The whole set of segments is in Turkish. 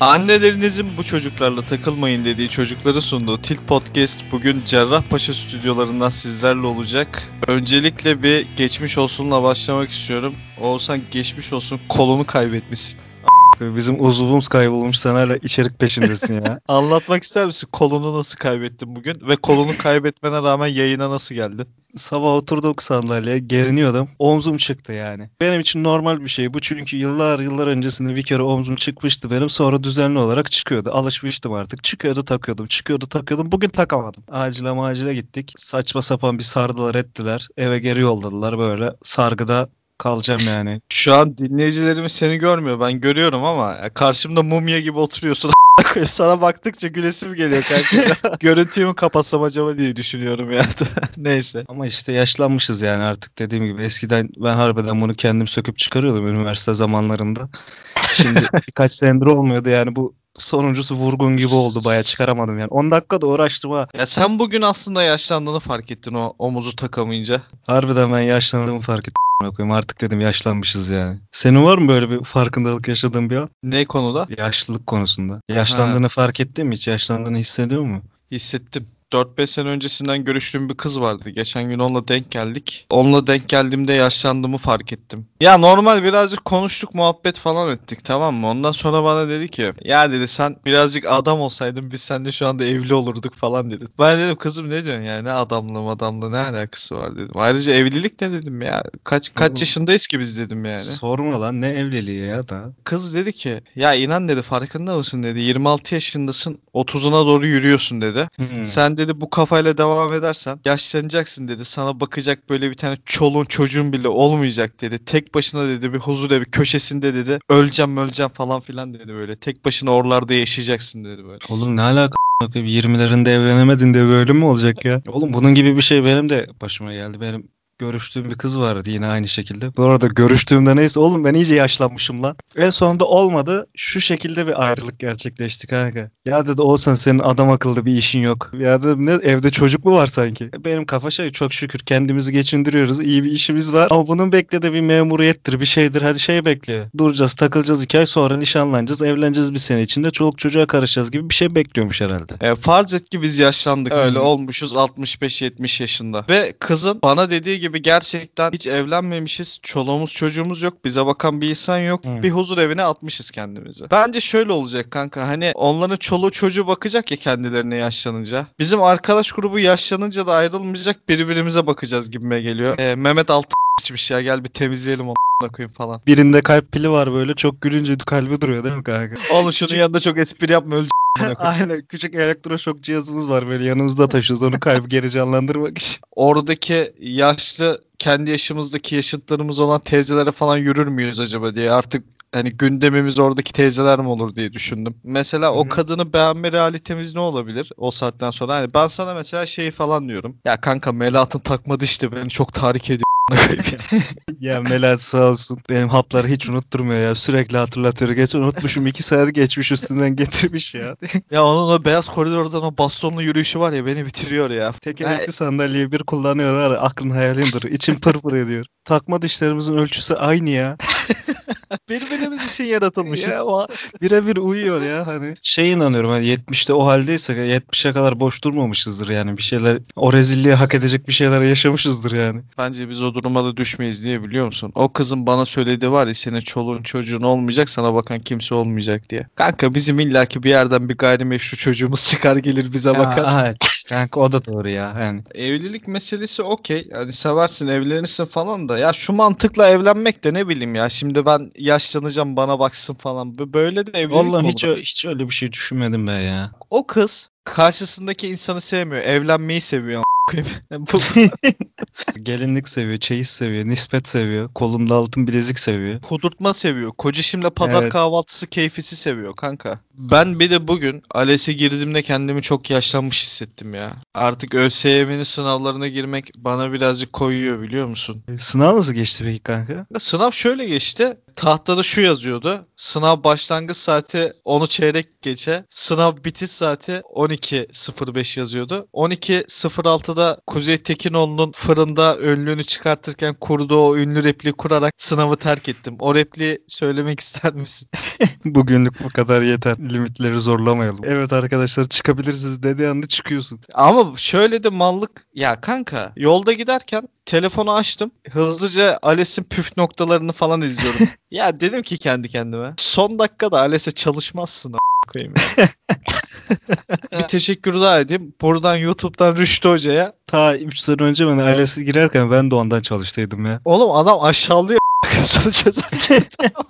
Annelerinizin bu çocuklarla takılmayın dediği çocukları sunduğu Tilt Podcast bugün Cerrahpaşa stüdyolarından sizlerle olacak. Öncelikle bir geçmiş olsunla başlamak istiyorum. Oğuzhan geçmiş olsun, kolunu kaybetmişsin. Bizim uzuvumuz kaybolmuş, sen hala içerik peşindesin ya. Anlatmak ister misin? Kolunu nasıl kaybettin bugün ve kolunu kaybetmene rağmen yayına nasıl geldin? Sabah oturduk sandalyeye, geriniyordum. Omzum çıktı yani. Benim için normal bir şey bu, çünkü yıllar öncesinde bir kere omzum çıkmıştı benim. Sonra düzenli olarak çıkıyordu. Alışmıştım artık. Çıkıyordu takıyordum, çıkıyordu takıyordum. Bugün takamadım. Acile gittik. Saçma sapan bir sardılar ettiler. Eve geri yolladılar böyle. Sargıda kalacağım yani. Şu an dinleyicilerimiz seni görmüyor. Ben görüyorum ama karşımda mumya gibi oturuyorsun. Sana baktıkça gülesim geliyor kanka. Görüntüyü mü kapatsam acaba diye düşünüyorum ya. Neyse. Ama işte yaşlanmışız yani artık, dediğim gibi. Eskiden ben harbiden bunu kendim söküp çıkarıyordum üniversite zamanlarında. Şimdi birkaç senedir olmuyordu yani, bu sonuncusu vurgun gibi oldu, bayağı çıkaramadım yani. 10 dakika da uğraştım ha. Ya sen bugün aslında yaşlandığını fark ettin o omuzu takamayınca. Harbiden ben yaşlandığımı fark ettim. Koyayım. Artık dedim yaşlanmışız yani. Senin var mı böyle bir farkındalık yaşadığın bir an? Ne konuda? Yaşlılık konusunda. Ha, Yaşlandığını fark ettin mi hiç? Yaşlandığını hissediyor mu? hissettim. 4-5 sene öncesinden görüştüğüm bir kız vardı. Geçen gün onunla denk geldik. Onunla denk geldiğimde yaşlandığımı fark ettim. Ya normal birazcık konuştuk, muhabbet falan ettik, tamam mı? Ondan sonra bana dedi ki ya dedi sen birazcık adam olsaydın biz seninle şu anda evli olurduk falan dedi. Ben dedim kızım ne diyorsun yani, ne adamlığı ne alakası var dedim. Ayrıca evlilik ne dedim ya, kaç Oğlum, yaşındayız ki biz dedim yani. sorma lan, ne evliliği ya da. Kız dedi ki ya inan dedi, farkında mısın dedi, 26 yaşındasın, 30'una doğru yürüyorsun dedi. Hmm. Sen dedi bu kafayla devam edersen yaşlanacaksın dedi. Sana bakacak böyle bir tane çoluğun çocuğun bile olmayacak dedi. Tek başına dedi bir huzurevi köşesinde dedi. Öleceğim falan filan dedi böyle. Tek başına oralarda yaşayacaksın dedi böyle. Oğlum ne alaka? 20'lerinde evlenemedin de böyle mi olacak ya? Oğlum bunun gibi bir şey benim de başıma geldi. Benim görüştüğüm bir kız vardı yine aynı şekilde. Bu arada görüştüğümde neyse oğlum, ben iyice yaşlanmışım lan. En sonunda olmadı. Şu şekilde bir ayrılık gerçekleşti kanka. Ya dedi Oğuzhan, senin adam akıllı bir işin yok. Ya dedim ne, evde çocuk mu var sanki? Benim kafa şey, çok şükür kendimizi geçindiriyoruz. İyi bir işimiz var. Ama bunun beklediği bir memuriyettir, bir şeydir. Hadi şey bekliyor. Duracağız, takılacağız 2 ay, sonra nişanlanacağız, evleneceğiz bir sene içinde. Çoluk çocuğa karışacağız gibi bir şey bekliyormuş herhalde. Farz et ki biz yaşlandık. Öyle Hı. olmuşuz 65-70 yaşında. Ve kızın bana dediği gibi gerçekten hiç evlenmemişiz. Çoluğumuz çocuğumuz yok. Bize bakan bir insan yok. Hı. Bir huzur evine atmışız kendimizi. Bence şöyle olacak kanka. Hani onların çoluğu çocuğu bakacak ya kendilerine yaşlanınca. Bizim arkadaş grubu yaşlanınca da ayrılmayacak, birbirimize bakacağız gibime geliyor. Mehmet altı içmiş ya, gel bir temizleyelim onu koyayım falan. Birinde kalp pili var, böyle çok gülünce kalbi duruyor değil mi kanka? Oğlum şunun yanında çok espri yapma, öl Aynen, küçük elektroşok cihazımız var, böyle yanımızda taşıyoruz onu, kalbi geri canlandırmak için. Oradaki yaşlı kendi yaşımızdaki yaşıtlarımız olan teyzelere falan yürür müyüz acaba diye, artık hani gündemimiz oradaki teyzeler mi olur diye düşündüm. Mesela o kadını beğenme realitemiz ne olabilir o saatten sonra? Hani ben sana mesela şeyi falan diyorum. Ya kanka Melahat'ın takmadı işte, beni çok tahrik ediyor. Ya Melahat sağ olsun, benim hapları hiç unutturmuyor ya, sürekli hatırlatıyor. Geç unutmuşum, 2 saat geçmiş üstünden getirmiş ya. Ya onun o beyaz koridordan o bastonlu yürüyüşü var ya, beni bitiriyor ya. Tekerlekli sandalyeyi bir kullanıyor, var ya, aklın hayalindir, içim pırpır ediyor. Takma dişlerimizin ölçüsü aynı ya. Birbirimiz için yaratılmışız. Ya o birebir uyuyor ya hani. Şey inanıyorum, hani 70'te o haldeysek 70'e kadar boş durmamışızdır yani, bir şeyler, o rezilliği hak edecek bir şeyler yaşamışızdır yani. Bence biz o duruma da düşmeyiz diye, biliyor musun? O kızın bana söylediği var ya, senin çoluğun çocuğun olmayacak, sana bakan kimse olmayacak diye. Kanka bizim illaki bir yerden bir gayrimeşru çocuğumuz çıkar gelir bize bakar. Evet kanka, o da doğru ya yani. Evlilik meselesi okey. Yani seversin, evlenirsin falan da. Ya şu mantıkla evlenmek de ne bileyim ya. Şimdi ben yaşlanacağım, bana baksın falan. Böyle de evlilik Vallahi mi hiç olur? hiç öyle bir şey düşünmedim ben ya. O kız karşısındaki insanı sevmiyor. Evlenmeyi seviyor. Bu Gelinlik seviyor, çeyiz seviyor, nispet seviyor, kolunda altın bilezik seviyor. kudurtma seviyor. Kocişimle pazar Evet. kahvaltısı keyfisi seviyor kanka. Ben bir de bugün ALES'e girdiğimde kendimi çok yaşlanmış hissettim ya. Artık ÖSYM'nin sınavlarına girmek bana birazcık koyuyor, biliyor musun? Sınav nasıl geçti peki kanka? Sınav şöyle geçti. Tahtada şu yazıyordu. Sınav başlangıç saati 10'u çeyrek geçe. Sınav bitiş saati 12.05 yazıyordu. 12.06'da Kuzey Tekinoğlu'nun fırında önlüğünü çıkartırken kurduğu o ünlü repliği kurarak sınavı terk ettim. O repliği söylemek ister misin? Bugünlük bu kadar yeter. Limitleri zorlamayalım. Evet arkadaşlar çıkabilirsiniz dediği anda çıkıyorsun. Ama şöyle de mallık ya kanka, yolda giderken telefonu açtım. Hızlıca ALES'in püf noktalarını falan izliyorum. Ya dedim ki kendi kendime, son dakikada ALES'e çalışmazsın koyayım ya. Bir teşekkür daha edeyim. Buradan YouTube'dan Rüştü Hoca'ya. Ta 3 sene önce ben ailesi girerken ben de ondan çalıştıydım ya. Oğlum adam aşağılıyor soru çözerken.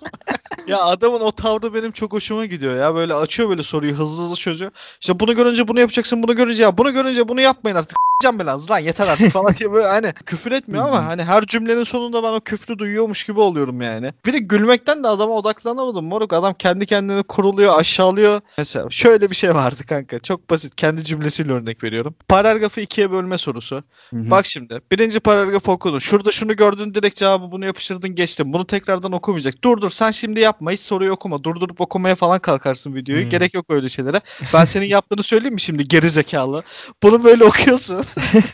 Ya adamın o tavrı benim çok hoşuma gidiyor ya. Böyle açıyor böyle soruyu, hızlı hızlı çözüyor. İşte bunu görünce bunu yapacaksın, bunu görünce ya, bunu görünce bunu yapmayın artık. S**eceğim belanızı lan, yeter artık falan diye böyle hani küfür etmiyor ama hani her cümlenin sonunda ben o küfrü duyuyormuş gibi oluyorum yani. Bir de gülmekten de adama odaklanamadım moruk. Adam kendi kendini kuruluyor, aşağılıyor. Mesela şöyle bir şey vardı kanka. Çok basit, kendi cümlesiyle örnek veriyorum. Paragrafı ikiye bölme sorusu. Bak şimdi birinci paragrafı okudun. Şurada şunu gördün, direkt cevabı bunu yapıştırdın, geçtin. Bunu tekrardan okumayacak. Dur sen şimdi yapma, hiç soruyu okuma. Durdurup okumaya falan kalkarsın videoyu. Gerek yok öyle şeylere. Ben senin yaptığını söyleyeyim mi şimdi, geri zekalı? Bunu böyle okuyorsun.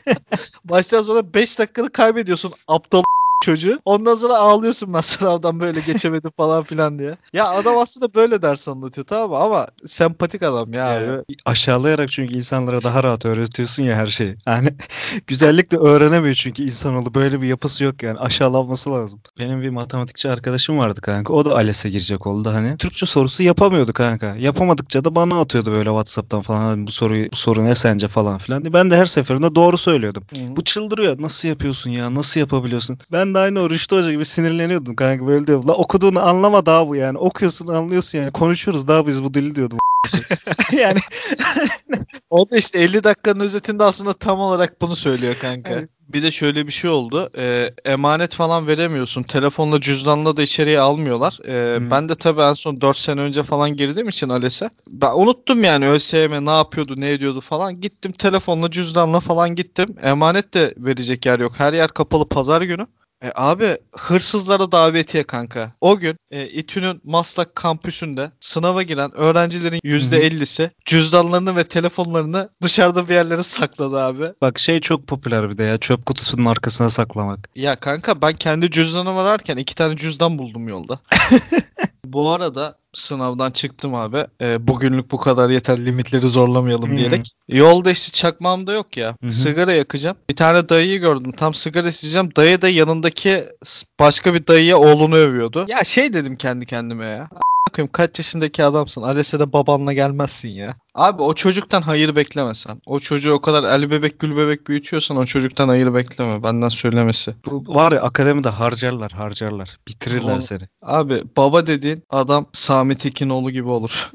Baştan sonra 5 dakikanı kaybediyorsun aptal çocuğu. Ondan sonra ağlıyorsun, ben sınavdan böyle geçemedim falan filan diye. Ya adam aslında böyle ders anlatıyor tamam mı? Ama sempatik adam ya abi. Aşağılayarak çünkü insanlara daha rahat öğretiyorsun ya her şeyi. Yani güzellik de öğrenemiyor çünkü insanoğlu böyle bir yapısı yok yani aşağılanması lazım. Benim bir matematikçi arkadaşım vardı kanka. O da ALES'e girecek oldu hani. Türkçe sorusu yapamıyordu kanka. Yapamadıkça da bana atıyordu böyle WhatsApp'tan falan. Hani bu soru ne sence falan filan diye. Ben de her seferinde doğru söylüyordum. Hı. Bu çıldırıyor. Nasıl yapıyorsun ya? Nasıl yapabiliyorsun? Ben de aynı o Rüştü Hoca gibi sinirleniyordum kanka böyle diyorum. La okuduğunu anlama daha bu yani. Okuyorsun anlıyorsun yani. Konuşuyoruz daha biz bu dili diyordum. Yani O da işte 50 dakikanın özetinde aslında tam olarak bunu söylüyor kanka. Evet. Bir de şöyle bir şey oldu. Emanet falan veremiyorsun. Telefonla cüzdanla da içeriye almıyorlar. Ben de tabii en son 4 sene önce falan girdiğim için ALES'e. Ben unuttum yani ÖSYM ne yapıyordu ne ediyordu falan. Gittim telefonla cüzdanla falan gittim. Emanet de verecek yer yok. Her yer kapalı pazar günü. Abi hırsızlara davetiye kanka. O gün İTÜ'nün Maslak kampüsünde sınava giren öğrencilerin %50'si cüzdanlarını ve telefonlarını dışarıda bir yerlere sakladı abi. Bak şey çok popüler bir de ya çöp kutusunun arkasına saklamak. Ya kanka ben kendi cüzdanımı ararken 2 tane cüzdan buldum yolda. Bu arada sınavdan çıktım abi. Bugünlük bu kadar yeter, limitleri zorlamayalım diyerek. Yolda işte çakmağım da yok ya. Sigara yakacağım. Bir tane dayıyı gördüm. Tam sigara isteyeceğim. Dayı da yanındaki başka bir dayıya oğlunu övüyordu. Ya şey dedim kendi kendime ya. Koyayım, kaç yaşındaki adamsın? ALES'e de babanla gelmezsin ya. Abi o çocuktan hayır beklemesen. O çocuğu o kadar el bebek gül bebek büyütüyorsan o çocuktan hayır bekleme. Benden söylemesi. Bu var ya akademide harcarlar. Bitirirler Onu- seni. Abi baba dediğin adam Sami Tekinoğlu gibi olur.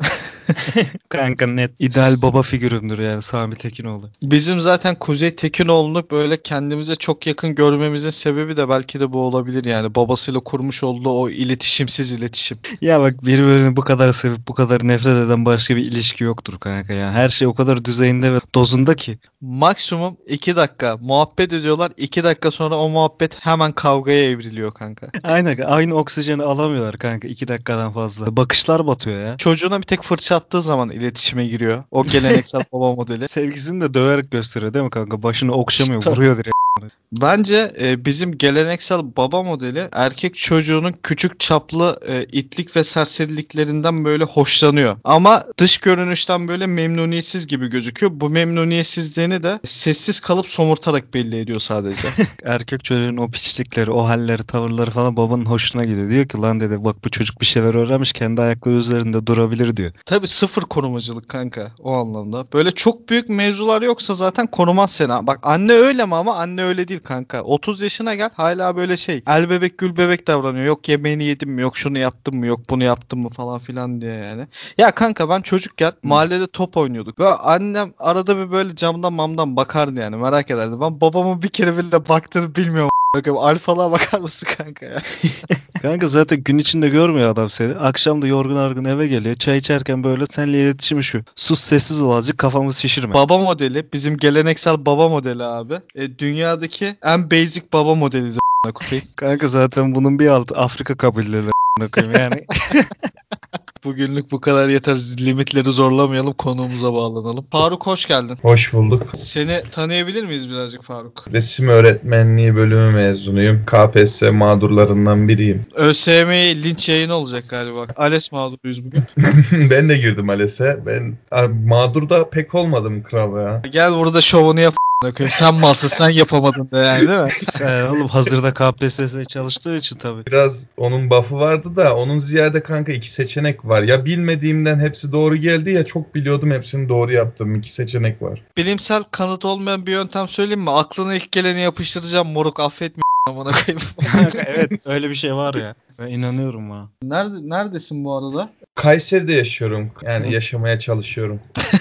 Kanka net. İdeal baba figürümdür yani Sami Tekinoğlu. Bizim zaten Kuzey Tekinoğlu'nu böyle kendimize çok yakın görmemizin sebebi de belki de bu olabilir yani. Babasıyla kurmuş olduğu o iletişimsiz iletişim. Ya bak birbirini bu kadar sevip bu kadar nefret eden başka bir ilişki yoktur kanka ya. Her şey o kadar düzeyinde ve dozunda ki. Maksimum 2 dakika muhabbet ediyorlar. 2 dakika sonra o muhabbet hemen kavgaya evriliyor kanka. Aynen aynı oksijeni alamıyorlar kanka 2 dakikadan fazla. Bakışlar batıyor ya. Çocuğuna bir tek fırça attığı zaman iletişime giriyor. O geleneksel baba modeli. Sevgisini de döverek gösteriyor değil mi kanka? Başını okşamıyor, vuruyor direkt. Bence bizim geleneksel baba modeli erkek çocuğunun küçük çaplı itlik ve serseriliklerinden böyle hoşlanıyor. Ama dış görünüşten böyle memnuniyetsiz gibi gözüküyor. Bu memnuniyetsizliğini de sessiz kalıp somurtarak belli ediyor sadece. Erkek çocuğun o piçlikleri, o halleri, tavırları falan babanın hoşuna gidiyor. Diyor ki lan dedi bak bu çocuk bir şeyler öğrenmiş kendi ayakları üzerinde durabilir diyor. Tabii sıfır korumacılık kanka o anlamda. Böyle çok büyük mevzular yoksa zaten korumaz seni. Bak anne öyle mi, ama anne öyle değil kanka. 30 yaşına gel hala böyle şey el bebek gül bebek davranıyor. Yok yemeğini yedim mi, yok şunu yaptım mı, yok bunu yaptım mı falan filan diye yani. Ya kanka ben çocukken mahallede top oynuyorduk. Ve annem arada bir böyle camdan mamdan bakardı yani, merak ederdi. Ben babamın bir kere bile baktığını bilmiyorum. Alfalığa bakar mısın kanka ya? Kanka zaten gün içinde görmüyor adam seni. Akşam da yorgun argın eve geliyor. Çay içerken böyle seninle iletişimi şu. Sus sessiz ol azıcık kafamızı şişirme. Baba modeli, bizim geleneksel baba modeli abi. Dünyadaki en basic baba modelidir. a**ına koyayım. Kanka zaten bunun bir altı Afrika kabileleri. koyayım yani. Bugünlük bu kadar yeter. Limitleri zorlamayalım. Konuğumuza bağlanalım. Faruk hoş geldin. Hoş bulduk. Seni tanıyabilir miyiz birazcık Faruk? Resim öğretmenliği bölümü mezunuyum. KPSS mağdurlarından biriyim. ÖSYM linç yayını olacak galiba. ALES mağduruyuz bugün. Ben de girdim ALES'e. Ben mağdur da pek olmadım kral ya. Gel burada şovunu yap. Sen malsın, sen yapamadın da yani, değil mi? Sen oğlum hazırda KPSS çalıştığı için tabii. Biraz onun buff'ı vardı da onun ziyade kanka iki seçenek var. Ya bilmediğimden hepsi doğru geldi ya çok biliyordum hepsini doğru yaptım. İki seçenek var. Bilimsel kanıt olmayan bir yöntem söyleyeyim mi? Aklına ilk geleni yapıştıracağım moruk, affetme amına koyayım. Evet öyle bir şey var ya. Ben inanıyorum ha. Neredesin bu arada? Kayseri'de yaşıyorum. Yani yaşamaya çalışıyorum.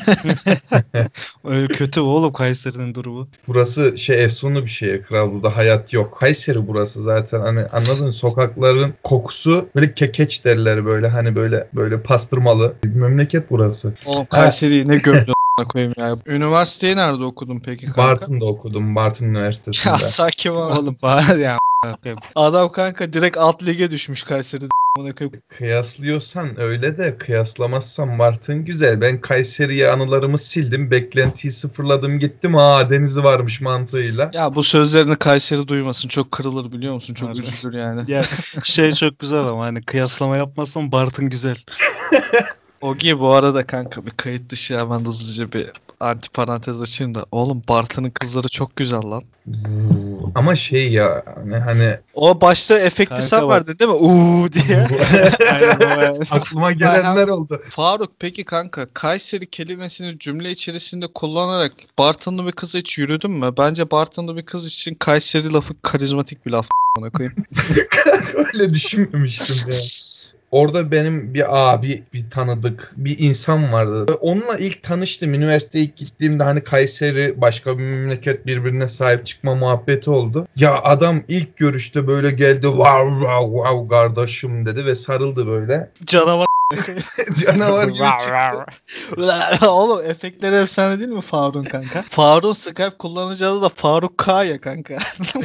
Öyle kötü oğlum Kayseri'nin durumu. Burası efsunlu bir şey kral, burada hayat yok. Kayseri burası zaten, hani anladın, sokakların kokusu böyle kekeç derler, böyle hani böyle pastırmalı bir memleket burası. Oğlum Kayseri'yi ne gömdün amına koyayım ya. Üniversiteyi nerede okudun peki kanka? Bartın'da okudum, Bartın Üniversitesi'nde. Ya sakin ol. Oğlum bana ya. Adam kanka direkt alt lige düşmüş Kayseri'de amına koyayım. Kıyaslıyorsan öyle de kıyaslamazsan Bartın güzel. Ben Kayseri'ye anılarımı sildim, beklentiyi sıfırladım, gittim. Denizi varmış mantığıyla. Ya bu sözlerini Kayseri duymasın, çok kırılır biliyor musun? Çok Harbi. üzülür yani. Ya çok güzel ama hani kıyaslama yapmazsan Bartın güzel. Ogi bu arada kanka bir kayıt dışı hemen hızlıca bir anti parantez açayım da. Oğlum Bartın'ın kızları çok güzel lan. Ama ya hani O başta efekti Kanka sen bak. verdin değil mi? Uuu diye. Aynen o yani. aklıma gelenler oldu. Faruk peki kanka Kayseri kelimesini cümle içerisinde kullanarak Bartınlı bir kıza hiç yürüdün mü? Bence Bartınlı bir kız için Kayseri lafı karizmatik bir laf bana koyayım. Öyle düşünmemiştim ya. Orada benim bir abi, bir tanıdık, bir insan vardı. Onunla ilk tanıştım. Üniversiteye ilk gittiğimde hani Kayseri başka bir memleket, birbirine sahip çıkma muhabbeti oldu. Ya adam ilk görüşte böyle geldi. Wow wow wow kardeşim dedi ve sarıldı böyle. Canavar. Canavar gibi çıktı. Oğlum efektler efsane değil mi Faruk'un kanka? Faruk'un Skype kullanıcı adı da Faruk K ya kanka.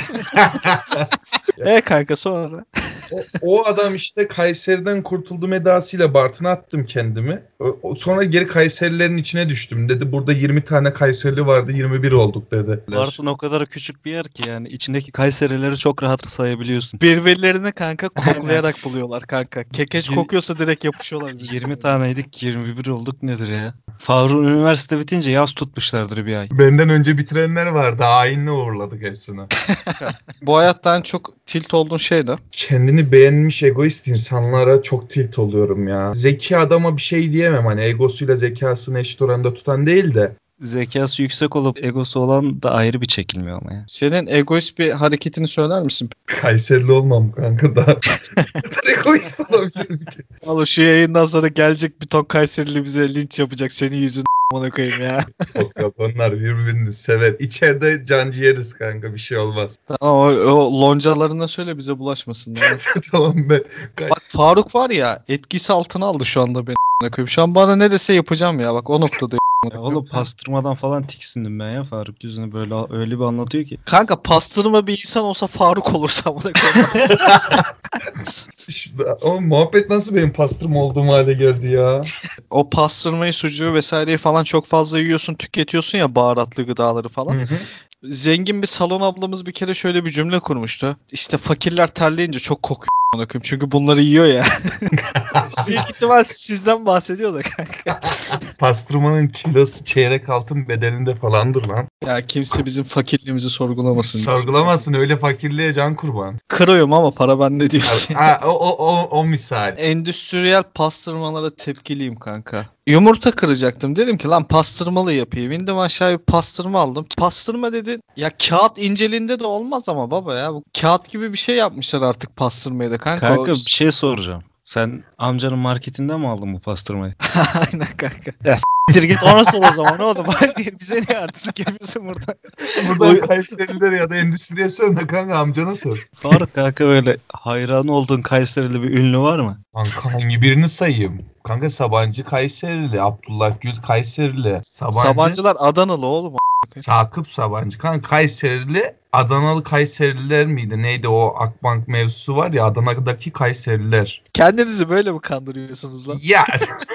Kanka sonra. O adam işte Kayseri'den kurtuldum edasıyla Bartın'a attım kendimi. Sonra geri Kayserilerin içine düştüm. Dedi burada 20 tane Kayserili vardı, 21 olduk dedi. Bartın o kadar küçük bir yer ki yani içindeki Kayserileri çok rahat sayabiliyorsun. Birbirlerini kanka koklayarak buluyorlar kanka. Kekeç kokuyorsa direkt yapışıyorlar. 20 taneydik 21 olduk nedir ya? Faruk'un üniversite bitince yaz tutmuşlardır bir ay. Benden önce bitirenler vardı. Ayinle uğurladık hepsini. Bu hayattan çok tilt olduğun şey ne? Kendini beğenmiş egoist insanlara çok tilt oluyorum ya. Zeki adama bir şey diyemem, hani egosuyla zekasını eşit oranda tutan değil de. Zekası yüksek olup egosu olan da ayrı bir çekilmiyor ama ya. Senin egoist bir hareketini söyler misin? Kayserili olmam kanka daha. Egoist olabilirim ki. Oğlum şu yayından sonra gelecek bir ton Kayserili bize linç yapacak senin yüzünden amına koyayım ya. Yok, onlar birbirini sever. İçeride cancı yeriz kanka, bir şey olmaz. Tamam o loncalarına söyle bize bulaşmasınlar. Tamam ben. Bak Faruk var ya etkisi altına aldı şu anda beni amına koyayım. Şu an bana ne dese yapacağım ya bak o noktada. Ya oğlum pastırmadan falan tiksindim ben ya Faruk yüzünü böyle öyle bir anlatıyor ki. Kanka pastırma bir insan olsa Faruk olursa amına koyayım. O muhabbet nasıl benim pastırma olduğum hale geldi ya? O pastırmayı, sucuğu vesaireyi falan çok fazla yiyorsun, tüketiyorsun ya baharatlı gıdaları falan. Hı hı. Zengin bir salon ablamız bir kere şöyle bir cümle kurmuştu. İşte fakirler terleyince çok kokuyor amına koyayım. Çünkü bunları yiyor ya. Büyük ihtimal sizden bahsediyor da kanka. Pastırmanın kilosu çeyrek altın bedelinde falandır lan. Ya kimse bizim fakirliğimizi sorgulamasın. Sorgulamasın, öyle fakirliğe can kurban. Kırıyorum ama para bende diyorsun. O misal. Endüstriyel pastırmalara tepkiliyim kanka. Yumurta kıracaktım. Dedim ki lan pastırmalı yapayım. İndim aşağıya bir pastırma aldım. Pastırma dedin. Ya kağıt inceliğinde de olmaz ama baba ya. Bu kağıt gibi bir şey yapmışlar artık pastırmayı da kanka. Kanka bir şey soracağım. Sen amcanın marketinden mi aldın bu pastırmayı? Aynen kanka. Siktir git ona sor o zaman oğlum. Bize niye artistlik yapıyorsun burada? Buradan Kayserililere ya da endüstriye sövme kanka, amcana sor. Faruk kanka böyle hayran olduğun Kayserili bir ünlü var mı? Kanka hangi birini sayayım? Kanka Sabancı Kayserili, Abdullah Gül Kayserili, Sabancılar Adanalı oğlum. Sakıp Sabancı. Kanka Kayserili, Adanalı Kayserililer miydi? Neydi o Akbank mevzusu var ya, Adana'daki Kayserililer. Kendinizi böyle mi kandırıyorsunuz lan? Ya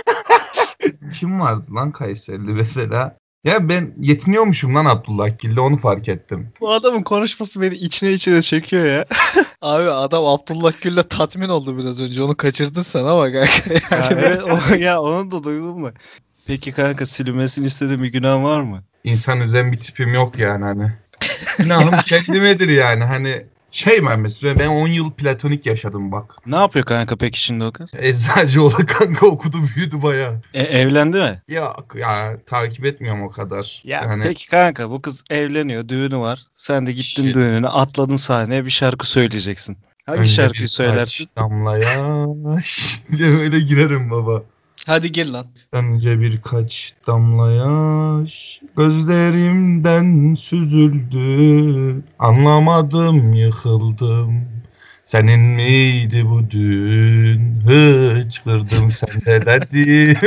kim vardı lan Kayserili mesela? Ya ben yetiniyormuşum lan Abdullah Gül'le, onu fark ettim. Bu adamın konuşması beni içine çekiyor ya. Abi adam Abdullah Gül'le tatmin oldu biraz önce. Onu kaçırdın sen ama kanka. Ya, evet, ya onu da duydum da. Peki kanka silinmesini istediğin bir günah var mı? İnsan üzen bir tipim yok yani hani. İnanın kendimedir yani hani. Ben mesela ben 10 yıl platonik yaşadım bak. Ne yapıyor kanka peki şimdi o kız? Eczacıoğlu kanka, okudu büyüdü baya. Evlendi mi? Ya takip etmiyorum o kadar. Ya Yani peki kanka bu kız evleniyor, düğünü var. Sen de gittin Shit. düğününe, atladın sahneye bir şarkı söyleyeceksin. Hangi önce şarkıyı bir söylersin? kaç damla yaş diye öyle girerim baba. Hadi gir lan. Önce birkaç damla yaş gözlerimden süzüldü. Anlamadım, yıkıldım. Senin miydi bu dün? Hıçkırdım sendelerdim.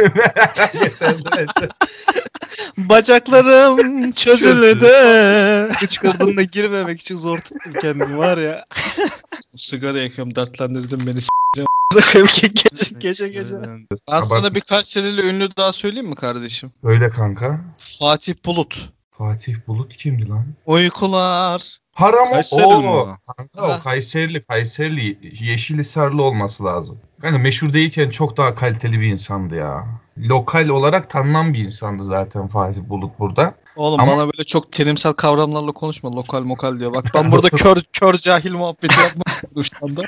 Yeter. Bacaklarım çözüldü. Hıçkırdığında girmemek için zor tuttum kendimi var ya. Sigara yakıyorum, dertlendirdin beni s**eceğim. Bırakayım gece. Ben sana bir Kayserili ünlü daha söyleyeyim mi kardeşim? Öyle kanka. Fatih Bulut. Fatih Bulut kimdi lan? Uykular. Haram Kayserili mi o. o? Kanka o Kayserili. Yeşilhisarlı olması lazım. Kanka meşhur değilken çok daha kaliteli bir insandı ya. Lokal olarak tanınan bir insandı zaten Fatih Bulut burada. Oğlum Ama- bana böyle çok terimsel kavramlarla konuşma. Lokal mokal diyor. Bak ben burada kör cahil muhabbeti yapmak şu anda.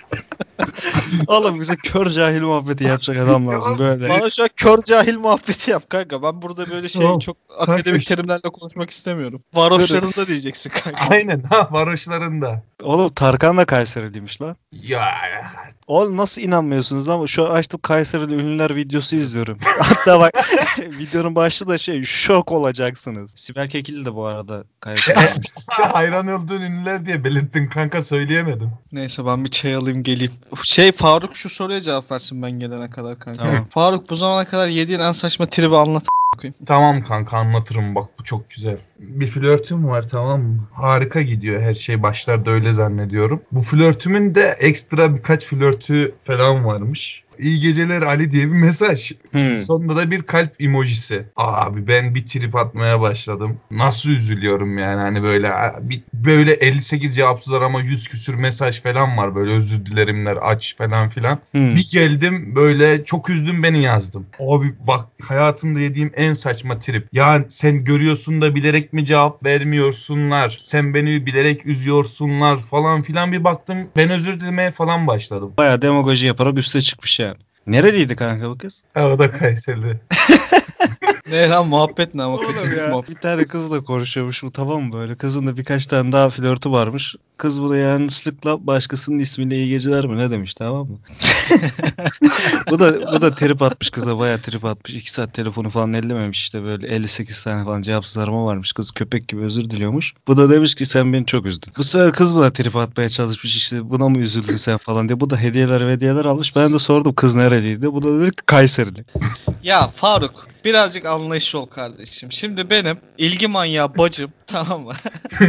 Oğlum bize kör cahil muhabbeti yapacak adam lazım böyle. Bana şu an kör cahil muhabbeti yap kanka. Ben burada böyle Tamam. çok akademik terimlerle konuşmak istemiyorum. Varoşlarında diyeceksin kanka. Aynen ha, varoşlarında. Oğlum Tarkan da Kayseriliymiş lan. Ya Oğlum nasıl inanmıyorsunuz lan? Şu an açtım Kayserili ünlüler videosu izliyorum. Hatta bak videonun başlığı da şok olacaksınız. Sibel Kekilli de bu arada Kayserili. hayran olduğun ünlüler diye belirttin kanka, söyleyemedim. Neyse ben bir çay alayım geleyim. Faruk şu soruya cevap versin ben gelene kadar kanka. Tamam. Faruk bu zamana kadar yediğin en saçma tribi anlat. Tamam kanka, anlatırım bak, bu çok güzel. Bir flörtüm var, tamam mı? Harika gidiyor her şey, başlarda öyle zannediyorum. Bu flörtümün de ekstra birkaç flörtü falan varmış. İyi geceler Ali diye bir mesaj. Sonunda da bir kalp emojisi. Abi ben bir trip atmaya başladım. Nasıl üzülüyorum yani, hani böyle 58 cevapsız arama, 100 küsür mesaj falan var, böyle özür dilerimler aç falan filan. Bir geldim böyle, çok üzdün beni yazdım. Abi bak, hayatımda yediğim en saçma trip. Ya sen görüyorsun da bilerek mi cevap vermiyorsunlar? Sen beni bilerek üzüyorsunlar falan filan, bir baktım ben özür dilemeye falan başladım. Bayağı demagoji yaparak üste çıkmış yani. Nereliydi kanka bu kız? O da Kayserili. Ne lan muhabbet ne ama Oğlum kaçırdık ya. muhabbet. Bir tane kızla konuşuyormuş bu, tamam mı böyle? Kızın da birkaç tane daha flörtü varmış. Kız buna yanlışlıkla başkasının ismiyle iyi geceler mi ne demiş, tamam mı? bu da trip atmış kıza, bayağı trip atmış. 2 saat telefonu falan ellememiş, işte böyle 58 tane falan cevapsız arama varmış. Kız köpek gibi özür diliyormuş. Bu da demiş ki sen beni çok üzdün. Bu sefer kız buna trip atmaya çalışmış, işte buna mı üzüldün sen falan diye. Bu da hediyeler almış. Ben de sordum kız nereliydi. Bu da dedi ki Kayserili. Ya Faruk birazcık anlayışlı ol kardeşim. Şimdi benim ilgi manyağı bacım tamam mı?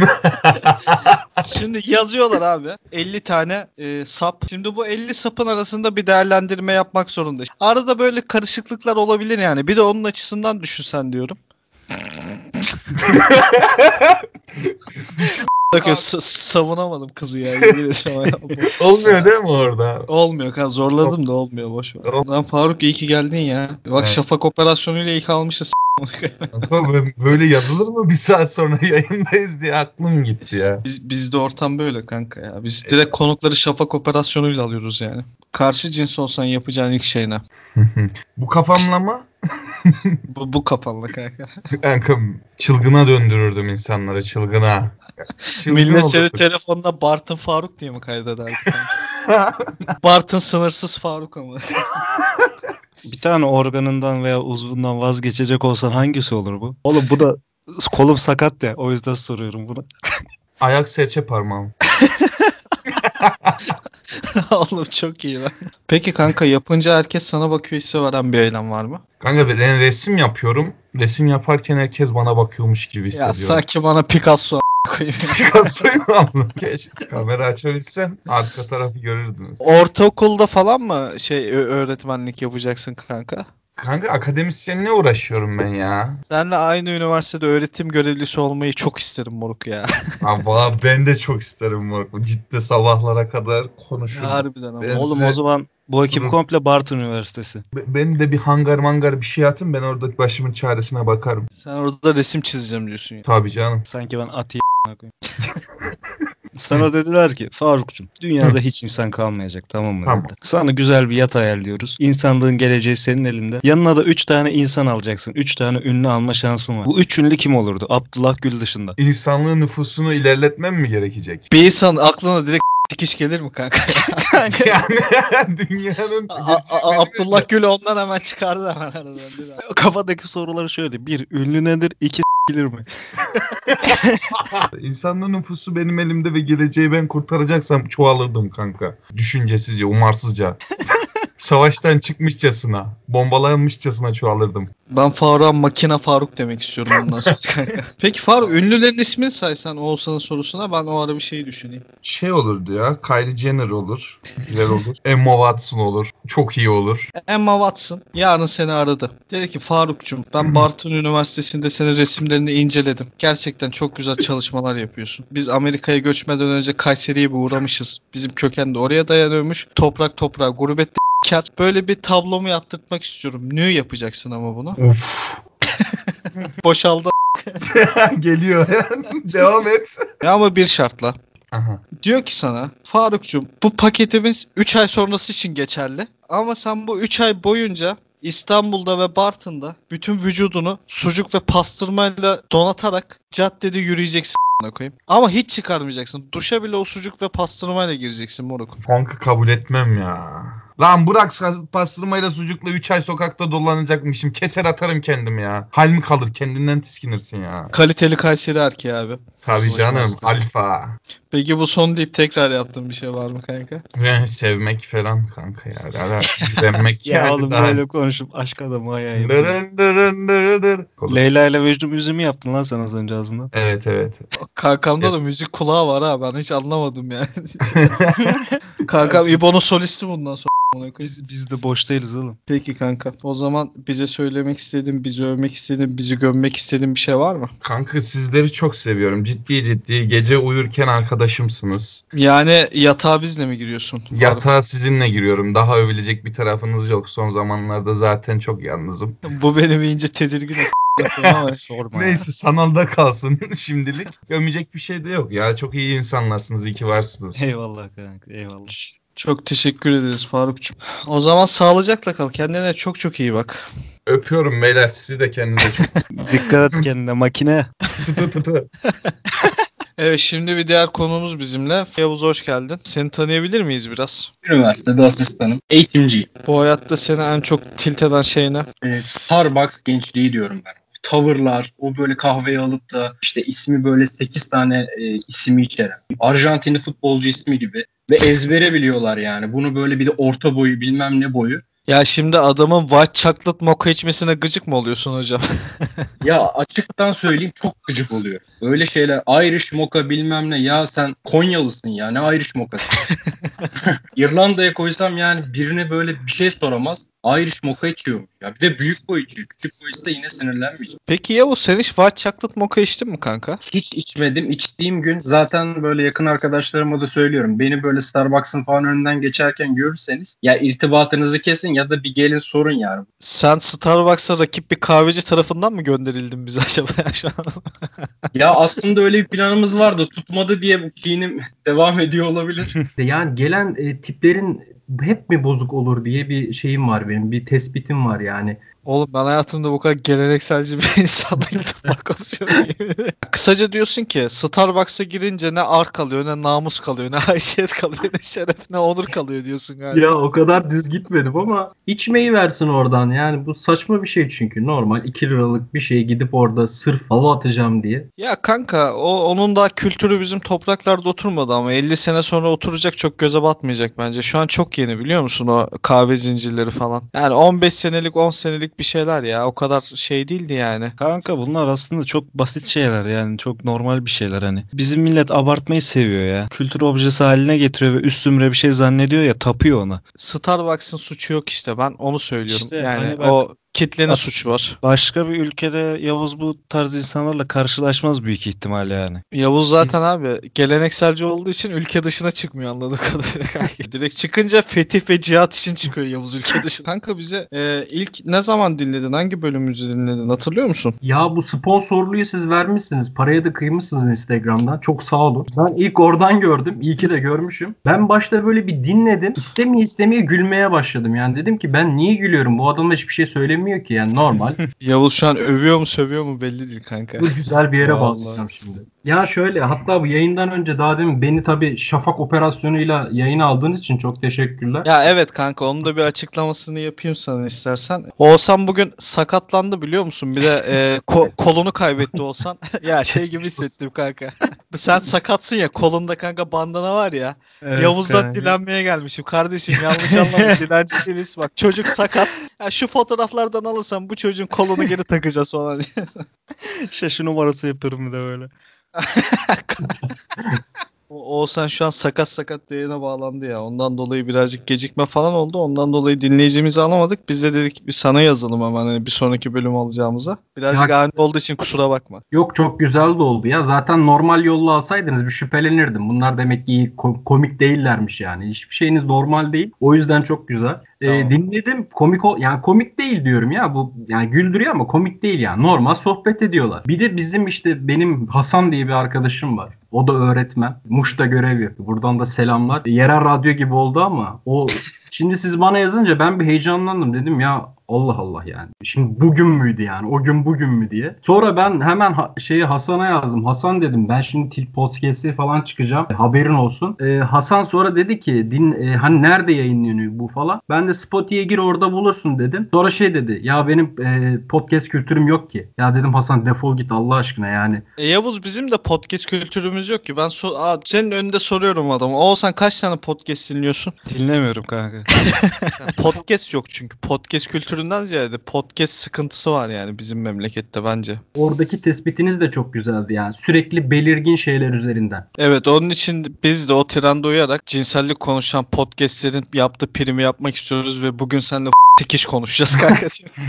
Şimdi yazıyorlar abi 50 tane sap. Şimdi bu 50 sapın arasında bir değerlendirme yapmak zorunda. Arada böyle karışıklıklar olabilir yani. Bir de onun açısından düşünsen diyorum. Savunamadım kızı ya. Olmuyor değil mi orada? Olmuyor kan, zorladım da olmuyor, boş ver. Lan Faruk iyi ki geldin ya. Bak Evet. Şafak operasyonuyla ilk almışız. Kanka böyle yazılır mı bir saat sonra yayındayız diye aklım gitti ya. Bizde ortam böyle kanka ya. Biz direkt konukları Şafak operasyonuyla alıyoruz yani. Karşı cins olsan yapacağın ilk şey ne? Bu kafamla mı? Bu kapanla kanka. Kanka çılgına döndürürdüm insanları, çılgına. Çılgın Millet seni olurduk. telefonda Bartın Faruk diye mi kaydederdi? Bartın sınırsız Faruk ama. Bir tane organından veya uzvundan vazgeçecek olsan hangisi olur bu? Oğlum bu da kolum sakat ya. O yüzden soruyorum bunu. Ayak serçe parmağım. Oğlum çok iyi lan. Peki kanka yapınca herkes sana bakıyor hissi veren bir eylem var mı? Kanka ben resim yapıyorum. Resim yaparken herkes bana bakıyormuş gibi Ya hissediyorum. sanki bana Picasso koyayım. Picasso'yu mu? Keşke kamera açabilsen arka tarafı görürdünüz. Ortaokulda falan mı öğretmenlik yapacaksın kanka? Kanka akademisyenle uğraşıyorum ben ya. Seninle aynı üniversitede öğretim görevlisi olmayı çok isterim moruk ya. Ama ben de çok isterim moruk. Ciddi sabahlara kadar konuşurum. Harbiden ama. Ben Oğlum size- o zaman bu ekip Durun. komple Bartın Üniversitesi. Ben de bir hangar mangar bir şey atın, ben orada başımın çaresine bakarım. Sen orada resim çizeceğim diyorsun ya. Tabii canım. Sanki ben atayım. Sana dediler ki Faruk'cum dünyada hiç insan kalmayacak, tamam mı? Tamam. dediler. Sana güzel bir yat ayarlıyoruz. İnsanlığın geleceği senin elinde. Yanına da 3 tane insan alacaksın. 3 tane ünlü alma şansın var. Bu 3 ünlü kim olurdu? Abdullah Gül dışında. İnsanlığın nüfusunu ilerletmem mi gerekecek? Bir insan aklına direkt dikiş gelir mi kanka? Yani dünyanın... Abdullah Gül ondan hemen çıkardı hemen aradan. değil mi? Kafadaki soruları şöyle. 1. Ünlü nedir? 2. bilir mi? İnsanlığın nüfusu benim elimde ve geleceği ben kurtaracaksam çoğalırdım kanka. Düşüncesizce, umarsızca. Savaştan çıkmışçasına, bombalanmışçasına çoğalırdım. Ben Faruk'a makina Faruk demek istiyorum bundan sonra kanka. Peki Faruk ünlülerin ismini saysan Oğuzhan'ın sorusuna ben o ara bir şey düşüneyim. Şey olurdu ya, Kylie Jenner olur, güzel olur. Emma Watson olur, çok iyi olur. Emma Watson yarın seni aradı. Dedi ki Faruk'cum ben Barton Üniversitesi'nde senin resimlerini inceledim. Gerçekten çok güzel çalışmalar yapıyorsun. Biz Amerika'ya göçmeden önce Kayseri'ye bir uğramışız. Bizim köken de oraya dayanıyormuş. Toprak toprağa gurbette kar. Böyle bir tablomu yaptırtmak istiyorum. Nü yapacaksın ama bunu. Of. Boşaldı. Geliyor yani. Devam et. Ya ama bir şartla. Aha. Diyor ki sana Faruk'cum bu paketimiz 3 ay sonrası için geçerli. Ama sen bu 3 ay boyunca İstanbul'da ve Bartın'da bütün vücudunu sucuk ve pastırmayla donatarak caddede yürüyeceksin a**ına koyayım. Ama hiç çıkarmayacaksın. Duşa bile o sucuk ve pastırmayla gireceksin moruk. Kanka kabul etmem ya. Lan bırak pastırmayla sucukla 3 ay sokakta dolanacakmışım. Keser atarım kendim ya. Hal mi kalır, kendinden tiskinirsin ya. Kaliteli Kayseri erkeği abi. Tabii Hoş canım, master. alfa. Peki bu son deyip tekrar yaptığın bir şey var mı kanka? Ve sevmek falan kanka ya. Sevmek Ya yani oğlum daha- böyle konuşup aşk adamı ayağı Dırın dırın dırın dırın. Leyla ile Mecnun üzümü yaptın lan sen az önce ağzından. Evet evet. Kankamda da müzik kulağı var ha ben hiç anlamadım yani. Kankam İbo'nun solisti bundan sonra. a**ına koyayım. Biz de boş değiliz oğlum. Peki kanka. O zaman bize söylemek istediğin, bizi övmek istediğin, bizi gömmek istediğin bir şey var mı? Kanka sizleri çok seviyorum. Ciddi ciddi gece uyurken arkadaşımsınız. Yani yatağa bizle mi giriyorsun? Yatağa sizinle giriyorum. Daha övülecek bir tarafınız yok. Son zamanlarda zaten çok yalnızım. Bu beni bir ince tedirgin etti ama. Sorma ya. Neyse sanalda kalsın şimdilik. Gömecek bir şey de yok ya. Çok iyi insanlarsınız. İyi ki varsınız. Eyvallah kanka eyvallah. Çok teşekkür ederiz Faruk'cum. O zaman sağlıcakla kal. Kendine çok çok iyi bak. Öpüyorum beyler. Sizi de kendinize çok Dikkat et kendine makine. tı tı tı. Evet şimdi bir diğer konuğumuz bizimle. Yavuz hoş geldin. Seni tanıyabilir miyiz biraz? Üniversitede asistanım. Eğitimciyim. Bu hayatta seni en çok tilt eden şey ne? Starbucks gençliği diyorum ben. Tavırlar, o böyle kahveyi alıp da işte ismi böyle 8 tane ismi içeren. Arjantinli futbolcu ismi gibi. Ve ezbere biliyorlar yani. Bunu böyle bir de orta boyu bilmem ne boyu. Ya şimdi adamın white chocolate mocha içmesine gıcık mı oluyorsun hocam? Ya açıktan söyleyeyim çok gıcık oluyor. Öyle şeyler Irish mocha bilmem ne. Ya sen Konyalısın ya ne Irish mochası. İrlanda'ya koysam yani birine böyle bir şey soramaz. Irish mocha içiyor. Ya bir de büyük boy içiyor. Küçük boy ise yine sinirlenmeyecek. Peki Yavuz sen hiç white chocolate mocha içtin mi kanka? Hiç içmedim. İçtiğim gün zaten böyle yakın arkadaşlarıma da söylüyorum. Beni böyle Starbucks'ın falan önünden geçerken görürseniz ya irtibatınızı kesin ya da bir gelin sorun yani. Sen Starbucks'a rakip bir kahveci tarafından mı gönderildin bize acaba ya şu an? Ya aslında öyle bir planımız vardı. Tutmadı diye bu kinim devam ediyor olabilir. Yani gelen tiplerin hep mi bozuk olur diye bir şeyim var benim. Bir tespitim var yani. Oğlum ben hayatımda bu kadar gelenekselci bir insanla ilk defa konuşuyorum. Kısaca diyorsun ki Starbucks'a girince ne ar kalıyor, ne namus kalıyor, ne haysiyet kalıyor, ne şeref, ne onur kalıyor diyorsun galiba. Ya o kadar düz gitmedim ama içmeyi versin oradan. Yani bu saçma bir şey çünkü. Normal 2 liralık bir şey gidip orada sırf hava atacağım diye. Ya kanka onun daha kültürü bizim topraklarda oturmadı ama 50 sene sonra oturacak, çok göze batmayacak bence. Şu an çok yeni, biliyor musun, o kahve zincirleri falan. Yani 15 senelik 10 senelik bir şeyler ya, o kadar şey değildi yani. Kanka bunlar aslında çok basit şeyler yani çok normal bir şeyler hani. Bizim millet abartmayı seviyor ya. Kültür objesi haline getiriyor ve üst zümre bir şey zannediyor ya, tapıyor ona. Starbucks'ın suçu yok işte, ben onu söylüyorum. İşte Yani hani bak, o kitlenin suçu var. başka bir ülkede Yavuz bu tarz insanlarla karşılaşmaz büyük ihtimalle yani. Yavuz zaten Biz- abi gelenekselci olduğu için ülke dışına çıkmıyor anladığım kadarıyla kanka. Direkt çıkınca fetih ve cihat için çıkıyor Yavuz ülke dışına. Kanka bize ilk ne zaman dinledin? Hangi bölümümüzü dinledin? Hatırlıyor musun? Ya bu sponsorluğu siz vermişsiniz. Paraya da kıymışsınız Instagram'dan. Çok sağ olun. Ben ilk oradan gördüm. İyi ki de görmüşüm. Ben başta böyle bir dinledim. İstemeye istemeye gülmeye başladım. Yani dedim ki ben niye gülüyorum? Bu adam da hiçbir şey söylemiyor ki. Yani normal. Yavuz şu an övüyor mu sövüyor mu belli değil kanka. Bu güzel bir yere Vallahi. bağlayacağım şimdi. Ya şöyle, hatta bu yayından önce daha demin beni tabii Şafak operasyonuyla yayına aldığınız için çok teşekkürler. Ya evet kanka, onun da bir açıklamasını yapayım sana istersen. Oğuzhan bugün sakatlandı, biliyor musun? Bir de kolunu kaybetti Oğuzhan. Ya şey gibi hissettim kanka. Sen sakatsın ya, kolunda kanka bandana var ya. Yavuz'dan dilenmeye gelmişim. Kardeşim yanlış anlama, dilenci değiliz bak. Çocuk sakat. Ya şu fotoğraflardan alırsan bu çocuğun kolunu geri takacağız falan. Şaşı numarası yapıyorum bir de böyle. Oğuzhan şu an sakat yayına bağlandı ya. Ondan dolayı birazcık gecikme falan oldu. Ondan dolayı dinleyicimizi alamadık. Biz de dedik bir sana yazalım hemen, hani bir sonraki bölüm alacağımıza. Birazcık Ya- ani olduğu için kusura bakma. Yok, çok güzel de oldu ya. Zaten normal yolla alsaydınız bir şüphelenirdim. Bunlar demek ki iyi, komik değillermiş yani. Hiçbir şeyiniz normal değil. O yüzden çok güzel. Tamam. Dinledim. Yani komik değil diyorum ya. Bu yani güldürüyor ama komik değil yani. Normal sohbet ediyorlar. Bir de bizim işte benim Hasan diye bir arkadaşım var. O da öğretmen. Muş'ta görev yapıyor. Buradan da selamlar. Yerel radyo gibi oldu ama o şimdi siz bana yazınca ben bir heyecanlandım. Dedim ya Allah Allah yani. Şimdi bugün müydü yani? O gün bugün mü diye. Sonra ben hemen Hasan'a yazdım. Hasan dedim ben şimdi Tilt Podcast'e falan çıkacağım. Haberin olsun. Hasan sonra dedi ki hani nerede yayınlanıyor bu falan. Ben de Spotify'ye gir orada bulursun dedim. Sonra dedi ya benim podcast kültürüm yok ki. Ya dedim Hasan defol git Allah aşkına yani. Yavuz bizim de podcast kültürümüz yok ki. Ben senin önünde soruyorum adamı. Oğuzhan kaç tane podcast dinliyorsun? Dinlemiyorum kanka. Podcast yok çünkü. Podcast kültüründen ziyade podcast sıkıntısı var yani bizim memlekette bence. Oradaki tespitiniz de çok güzeldi yani. Sürekli belirgin şeyler üzerinden. Evet, onun için biz de o trende uyarak cinsellik konuşan podcastlerin yaptığı primi yapmak istiyoruz ve bugün seninle sikiş konuşacağız kanka.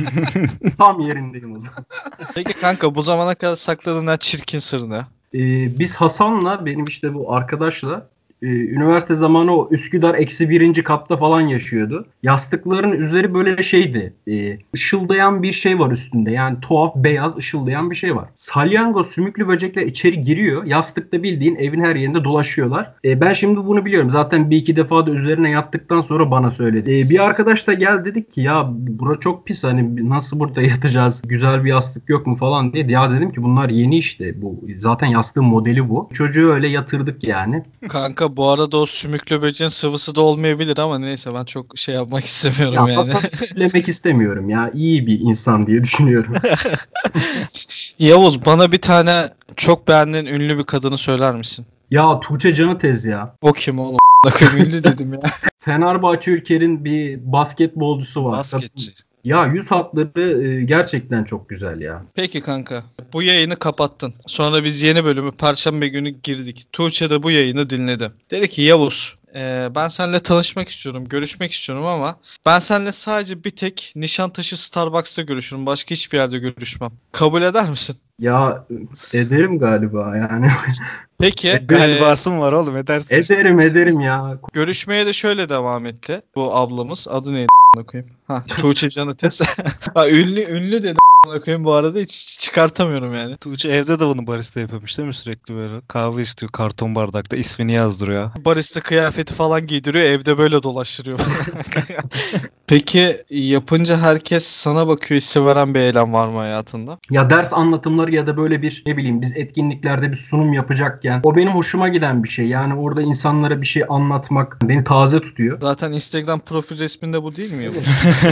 Tam yerindeyim o zaman. Peki kanka, bu zamana kadar sakladığın en çirkin sır ne? Biz Hasan'la benim işte bu arkadaşla üniversite zamanı o Üsküdar -1. Katta falan yaşıyordu. Yastıkların üzeri böyle şeydi. Işıldayan bir şey var üstünde. Yani tuhaf beyaz ışıldayan bir şey var. Salyangoz sümüklü böcekler içeri giriyor. Yastıkta bildiğin evin her yerinde dolaşıyorlar. Ben şimdi bunu biliyorum. Zaten bir iki defa da üzerine yattıktan sonra bana söyledi. Bir arkadaş da gel dedik ki ya bura çok pis, hani nasıl burada yatacağız? Güzel bir yastık yok mu falan diye. Ya dedim ki bunlar yeni işte. Bu zaten yastığın modeli bu. Çocuğu öyle yatırdık yani. Kanka bu arada o sümüklü böceğin sıvısı da olmayabilir ama neyse, ben çok şey yapmak istemiyorum Ya yani. Hasan söylemek istemiyorum ya. İyi bir insan diye düşünüyorum. Yavuz, bana bir tane çok beğendiğin ünlü bir kadını söyler misin? Ya Tuğçe Canıtez ya. O kim oğlum? Ünlü dedim ya. Fenerbahçe ülkenin bir basketbolcusu var. Basketçi. Ya yüz hatları gerçekten çok güzel ya. Peki kanka, bu yayını kapattın. Sonra biz yeni bölümü Perşembe günü girdik. Tuğçe de bu yayını dinledi. Dedi ki Yavuz, ben seninle tanışmak istiyorum, görüşmek istiyorum ama ben seninle sadece bir tek Nişantaşı Starbucks'ta görüşürüm. Başka hiçbir yerde görüşmem. Kabul eder misin? Ya ederim galiba yani. Peki Galibası mı var oğlum, edersin. Ederim ya. görüşmeye de şöyle devam etti. Bu ablamız adı neydi a**ına koyayım? Ha, Tuğçe Canı Tez. Ha, ünlü dedi a**ına koyayım, bu arada hiç çıkartamıyorum yani. Tuğçe evde de bunu barista yapıyormuş değil mi, sürekli böyle kahve istiyor karton bardakta, ismini yazdırıyor. Barista kıyafeti falan giydiriyor, evde böyle dolaştırıyor. Peki yapınca herkes sana bakıyor, hissi veren bir eylem var mı hayatında? Ya ders anlatımları ya da böyle bir ne bileyim biz etkinliklerde bir sunum yapacakken o benim hoşuma giden bir şey. Yani orada insanlara bir şey anlatmak beni taze tutuyor. Zaten Instagram profil resminde bu değil mi ya?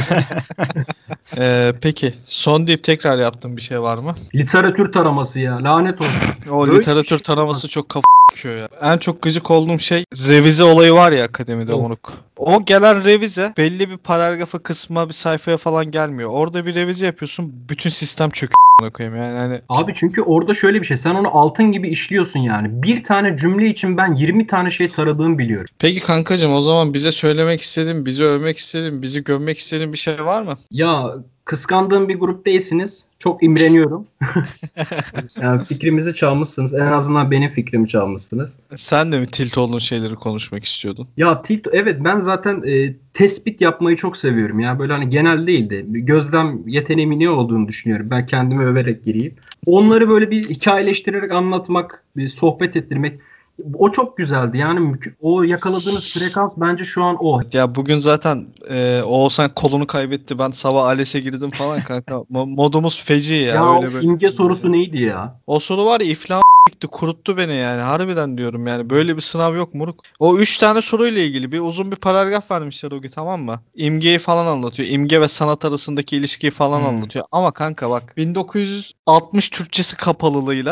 Peki son deyip tekrar yaptığın bir şey var mı? Literatür taraması ya, lanet olsun. O Böyle literatür bir şey taraması çok kafa yapıyor ya. En çok gıcık olduğum şey revize olayı var ya akademide Of. moruk. O gelen revize belli bir paragrafa, kısma, bir sayfaya falan gelmiyor. Orada bir revize yapıyorsun, bütün sistem çöküyor a**ına koyayım yani hani. Abi çünkü orada şöyle bir şey. Sen onu altın gibi işliyorsun yani. Bir tane cümle için ben 20 tane şey taradığımı biliyorum. Peki kankacığım, o zaman bize söylemek istediğin, bizi övmek istediğin, bizi gömmek istediğin bir şey var mı? Ya kıskandığım bir grup değilsiniz. Çok imreniyorum. Yani fikrimizi çalmışsınız. En azından benim fikrimi çalmışsınız. Sen de mi tilt olduğun şeyleri konuşmak istiyordun? Ya evet ben zaten tespit yapmayı çok seviyorum ya. Böyle hani genel değil de gözlem yeteneğimin ne olduğunu düşünüyorum. Ben kendimi överek gireyim. Onları böyle bir hikayeleştirerek anlatmak, bir sohbet ettirmek o çok güzeldi. Yani o yakaladığınız frekans bence şu an o. Ya bugün zaten Oğuzhan kolunu kaybetti. Ben sabah ALES'e girdim falan kanka. Modumuz feci ya. Ya o Öyle böyle. imge sorusu neydi ya? O soru var ya, iflah gitti, kuruttu beni yani. Harbiden diyorum yani. Böyle bir sınav yok moruk. O 3 tane soruyla ilgili bir uzun bir paragraf vermişler o gün, tamam mı? İmgeyi falan anlatıyor. İmge ve sanat arasındaki ilişkiyi falan anlatıyor. Ama kanka bak, 1960 Türkçesi kapalılığıyla.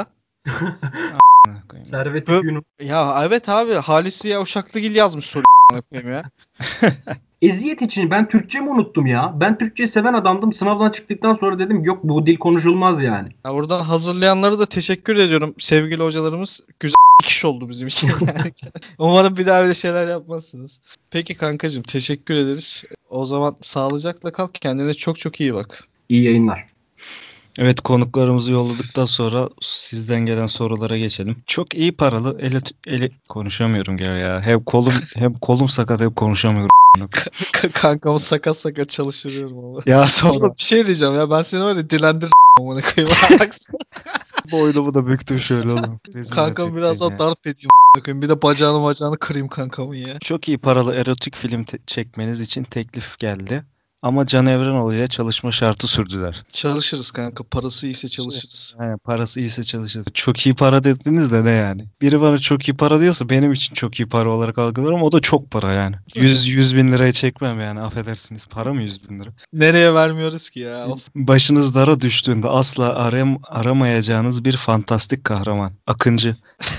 Servet-i Bö- Fünun. Ya evet abi, Halis Ziya Uşaklıgil yazmış soru koyayım ya. Eziyet için ben Türkçemi unuttum ya. Ben Türkçeyi seven adamdım. Sınavdan çıktıktan sonra dedim yok bu dil konuşulmaz yani. Ya buradan hazırlayanlara da teşekkür ediyorum. Sevgili hocalarımız güzel iş oldu bizim için. Umarım bir daha öyle şeyler yapmazsınız. Peki kankacığım, teşekkür ederiz. O zaman sağlıcakla kal. Kendine çok çok iyi bak. İyi yayınlar. Evet, konuklarımızı yolladıktan sonra sizden gelen sorulara geçelim. Çok iyi paralı konuşamıyorum ya. Hem kolum sakat, hem konuşamıyorum. Kankamı sakat sakat çalıştırıyorum ama. Ya sonra Oğlum bir şey diyeceğim ya, ben seni var ya dilendir amına koyayım. boynumu da büktüm şöyle oğlum. Kankamı biraz daha darp edeyim amına koyayım. Bir de bacağını kırayım kankamın ya. Çok iyi paralı erotik film çekmeniz için teklif geldi. Ama Can Evrenoğlu ile çalışma şartı sürdüler. Çalışırız kanka. Parası iyiyse çalışırız. Yani parası iyiyse çalışırız. Çok iyi para dediniz de ne yani? Biri bana çok iyi para diyorsa benim için çok iyi para olarak algılarım. O da çok para yani. 100 bin liraya çekmem yani, affedersiniz. Para mı 100 bin lira? Nereye vermiyoruz ki ya? Of. Başınız dara düştüğünde asla aramayacağınız bir fantastik kahraman. Akıncı.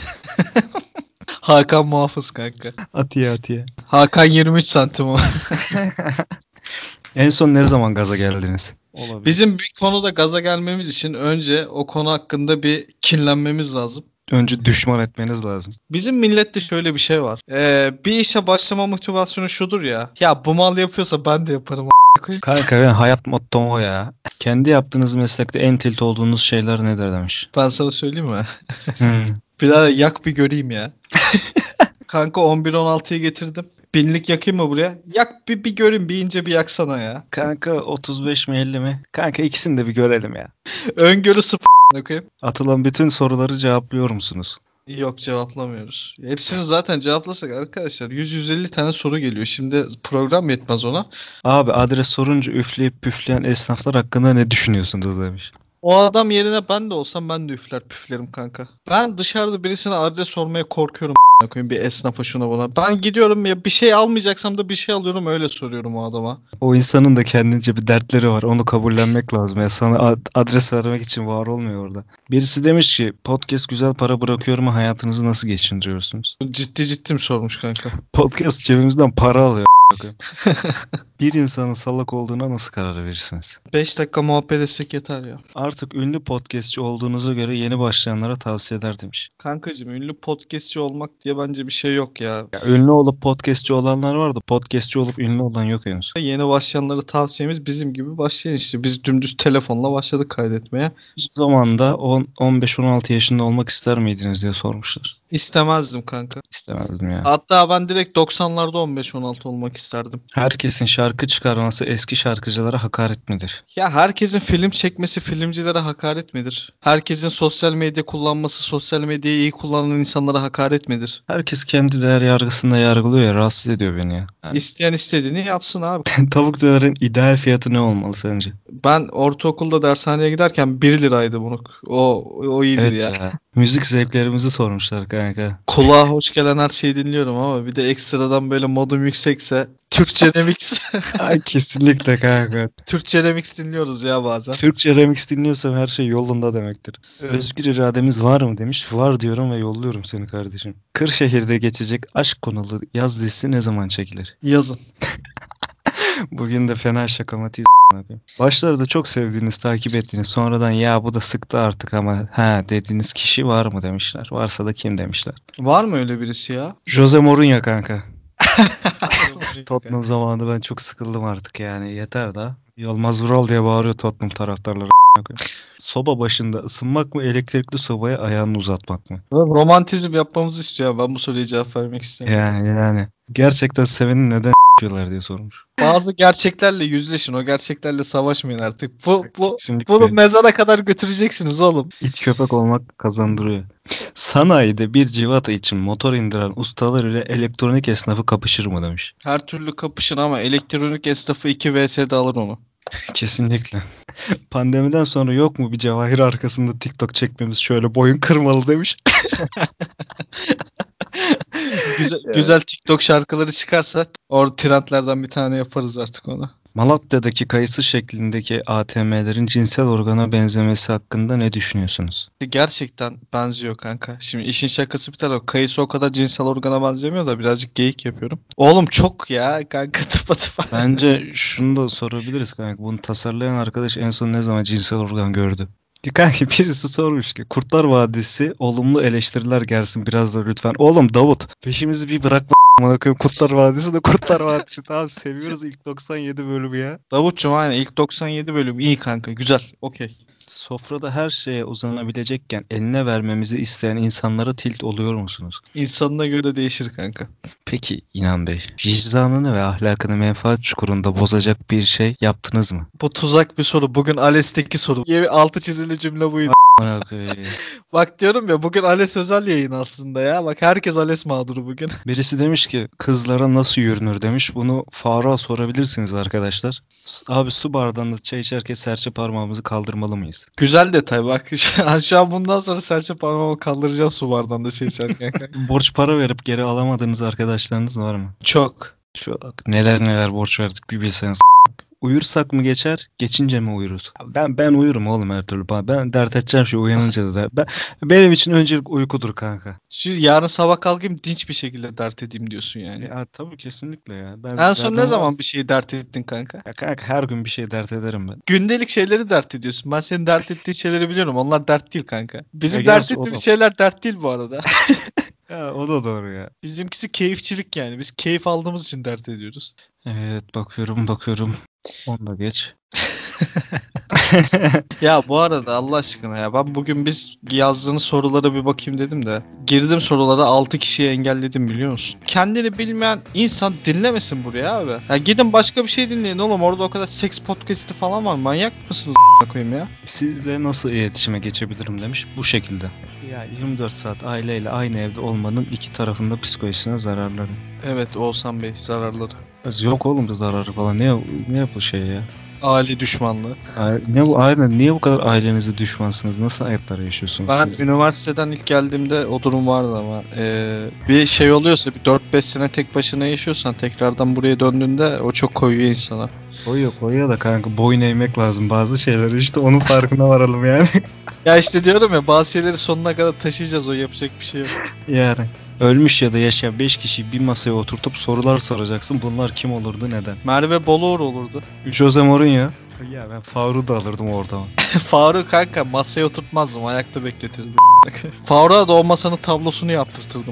Hakan Muhafız kanka. Atiye. Hakan 23 santim o. En son ne zaman gaza geldiniz? Olabilir. Bizim bir konuda gaza gelmemiz için önce o konu hakkında bir kinlenmemiz lazım. Önce düşman etmeniz lazım. Bizim millette şöyle bir şey var. Bir işe başlama motivasyonu şudur ya. Ya bu mal yapıyorsa ben de yaparım a**ına koyayım. Kanka ben hayat mottom o ya. Kendi yaptığınız meslekte en tilt olduğunuz şeyler nedir demiş. Ben sana söyleyeyim mi? Hmm. Bir daha yak bir göreyim ya. Kanka 11-16'yı getirdim. Binlik yakayım mı buraya? Yak bir göreyim, bir ince bir yaksana ya. Kanka 35 mi 50 mi? Kanka ikisini de bir görelim ya. Öngörü sıp koyayım. Atılan bütün soruları cevaplıyor musunuz? Yok, cevaplamıyoruz. Hepsini zaten cevaplasak arkadaşlar 100-150 tane soru geliyor. Şimdi program yetmez ona. Abi adres sorunca üfleyip püfleyen esnaflar hakkında ne düşünüyorsunuz demiş. O adam yerine ben de olsam ben de üfler püflerim kanka. Ben dışarıda birisine adres sormaya korkuyorum a**ına koyayım, bir esnafa şuna buna. Ben gidiyorum ya, bir şey almayacaksam da bir şey alıyorum, öyle soruyorum o adama. O insanın da kendince bir dertleri var. Onu kabullenmek lazım. Ya sana adres vermek için var olmuyor orada. Birisi demiş ki podcast güzel para bırakıyor mu, hayatınızı nasıl geçindiriyorsunuz? Ciddi mi sormuş kanka? Podcast cebimizden para alıyor. Bir insanın salak olduğuna nasıl karar verirsiniz? 5 dakika muhabbet etsek yeter ya. Artık ünlü podcastçi olduğunuza göre yeni başlayanlara tavsiye eder demiş. Kankacığım, ünlü podcastçi olmak diye bence bir şey yok ya. Ya, ünlü olup podcastçi olanlar var da podcastçi olup ünlü olan yok henüz. Yeni başlayanlara tavsiyemiz bizim gibi başlayın işte. Biz dümdüz telefonla başladık kaydetmeye. O zaman da 15-16 yaşında olmak ister miydiniz diye sormuşlar. İstemezdim kanka. İstemezdim ya. Hatta ben direkt 90'larda 15-16 olmak isterdim. Herkesin şarkı çıkarması eski şarkıcılara hakaret midir? Ya herkesin film çekmesi filmcilere hakaret midir? Herkesin sosyal medya kullanması sosyal medyayı iyi kullanan insanlara hakaret midir? Herkes kendi değer yargısında yargılıyor ya, rahatsız ediyor beni ya. Yani, İsteyen istediğini yapsın abi. tavuk dönerin ideal fiyatı ne olmalı sence? Ben ortaokulda dershaneye giderken 1 liraydı bunu. O iyidir Evet ya. ya. Müzik zevklerimizi sormuşlar kanka. Kulağa hoş gelen her şeyi dinliyorum ama bir de ekstradan böyle modum yüksekse Türkçe remix. Ay kesinlikle kanka. Türkçe remix dinliyoruz ya bazen. Türkçe remix dinliyorsam her şey yolunda demektir. Özgür irademiz var mı demiş. Var diyorum ve yolluyorum seni kardeşim. Kırşehir'de geçecek aşk konulu yaz dizisi ne zaman çekilir? Yazın. Bugün de fena şakamatiz. Başlarda çok sevdiğiniz, takip ettiğiniz, sonradan ya bu da sıktı artık ama ha dediğiniz kişi var mı demişler. Varsa da kim demişler. Var mı öyle birisi ya? Jose Mourinho kanka. Tottenham zamanında ben çok sıkıldım artık yani yeter da. Yılmaz Vural diye bağırıyor Tottenham taraftarları. Soba başında ısınmak mı, elektrikli sobaya ayağını uzatmak mı? Romantizm yapmamızı istiyor. Ben bu soruya cevap vermek istemiyorum. Yani. Gerçekten seveni neden yapıyorlar diye sormuş. Bazı gerçeklerle yüzleşin. O gerçeklerle savaşmayın artık. Bunu Kesinlikle. mezara kadar götüreceksiniz oğlum. İt köpek olmak kazandırıyor. Sanayide bir civata için motor indiren ustalar ile elektronik esnafı kapışır mı demiş. Her türlü kapışın ama elektronik esnafı 2 vs'de alır onu. Kesinlikle. Pandemiden sonra yok mu bir Cevahir arkasında TikTok çekmemiz şöyle boyun kırmalı demiş. Güzel TikTok şarkıları çıkarsa trendlerden bir tane yaparız artık onu. Malatya'daki kayısı şeklindeki ATM'lerin cinsel organa benzemesi hakkında ne düşünüyorsunuz? Gerçekten benziyor kanka. Şimdi işin şakası bir tarafa. Kayısı o kadar cinsel organa benzemiyor da birazcık geyik yapıyorum. Oğlum çok ya kanka tıpa. Bence şunu da sorabiliriz kanka. Bunu tasarlayan arkadaş en son ne zaman cinsel organ gördü? Kanka birisi sormuş ki Kurtlar Vadisi olumlu eleştiriler gelsin biraz da lütfen. Oğlum Davut peşimizi bir bırakma a**ına koyayım. Kurtlar Vadisi de Kurtlar Vadisi. Tamam seviyoruz ilk 97 bölümü ya. Davutçum aynen ilk 97 bölüm iyi kanka güzel okey. Sofrada her şeye uzanabilecekken eline vermemizi isteyen insanlara tilt oluyor musunuz? İnsanına göre değişir kanka. Peki İnan Bey, vicdanını ve ahlakını menfaat çukurunda bozacak bir şey yaptınız mı? Bu tuzak bir soru. Bugün ALES'teki soru. Altı çizili cümle buydu. Amına koyayım. Bak diyorum ya bugün ALES özel yayın aslında ya. Bak herkes ALES mağduru bugün. Birisi demiş ki kızlara nasıl yürünür demiş. Bunu Faruk'a sorabilirsiniz arkadaşlar. Abi su bardağında çay içerken serçe parmağımızı kaldırmalı mıyız? Güzel detay bak. Şu an bundan sonra serçe parmağımı kaldıracağım su bardağında şey içerken. Borç para verip geri alamadığınız arkadaşlarınız var mı? Çok. Çok. Neler borç verdik bir bilseniz. Uyursak mı geçer, geçince mi uyuruz? Ben uyurum oğlum her türlü. Ben dert edeceğim şey uyanınca da. Benim için öncelik uykudur kanka. Şu yarın sabah kalkayım dinç bir şekilde dert edeyim diyorsun yani. Ya tabii kesinlikle ya. En son ne zaman bir şeyi dert ettin kanka? Ya kanka her gün bir şey dert ederim ben. Gündelik şeyleri dert ediyorsun. Ben senin dert ettiğin şeyleri biliyorum. Onlar dert değil kanka. Bizim Ya dert gerçi o ettiğimiz da- şeyler dert değil bu arada. Ya o da doğru ya. Bizimkisi keyifçilik yani. Biz keyif aldığımız için dert ediyoruz. Evet bakıyorum. Onu da geç. Ya bu arada Allah aşkına ya ben bugün biz yazdığınız sorulara bir bakayım dedim de girdim sorulara 6 kişiyi engelledim biliyor musun? Kendini bilmeyen insan dinlemesin buraya abi. Ya gidin başka bir şey dinleyin oğlum orada o kadar seks podcast'i falan var manyak mısınız koyayım ya? Sizle nasıl iletişime geçebilirim demiş bu şekilde. Ya 24 saat aileyle aynı evde olmanın iki tarafında psikolojisine zararları. Evet Oğuzhan Bey zararları. Yok oğlum da zararı falan. Ne bu şey ya? Aile düşmanlığı. Niye bu kadar ailenize düşmansınız? Nasıl hayatlar yaşıyorsunuz Ben siz? üniversiteden ilk geldiğimde o durum vardı ama bir şey oluyorsa bir 4-5 sene tek başına yaşıyorsan tekrardan buraya döndüğünde o çok koyuyor insana. Koyuyor da kanka boyun eğmek lazım bazı şeyler işte onun farkına varalım yani. Ya işte diyorum ya bazı şeyleri sonuna kadar taşıyacağız o yapacak bir şey yok. Yani ölmüş ya da yaşayan 5 kişiyi bir masaya oturtup sorular soracaksın. Bunlar kim olurdu neden? Merve Boluğur olurdu. Jose Mourinho. Ya ben Faruk'u da alırdım orada. Faruk kanka masaya oturtmazdım ayakta bekletirdim. Faruk'a da o masanın tablosunu yaptırtırdım.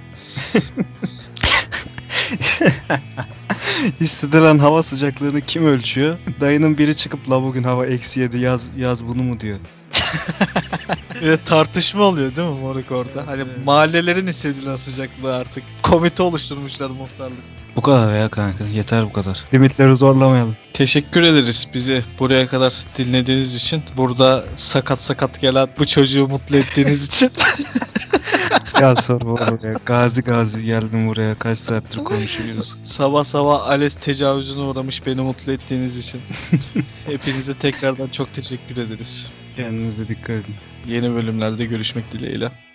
Hissedilen hava sıcaklığını kim ölçüyor? Dayının biri çıkıp la bugün hava -7 yaz bunu mu diyor. Bir de tartışma oluyor değil mi moruk orada? Hani Evet. mahallelerin hissedilen sıcaklığı artık. Komite oluşturmuşlar muhtarlık. Bu kadar ya kanka. Yeter bu kadar. Limitleri zorlamayalım. Teşekkür ederiz bizi buraya kadar dinlediğiniz için. Burada sakat sakat gelen bu çocuğu mutlu ettiğiniz için. Gel sonra oraya. Gazi geldim buraya. Kaç saattir konuşuyoruz. Sabah sabah ALES tecavüzüne uğramış beni mutlu ettiğiniz için. Hepinize tekrardan çok teşekkür ederiz. Kendinize dikkat edin. Yeni bölümlerde görüşmek dileğiyle.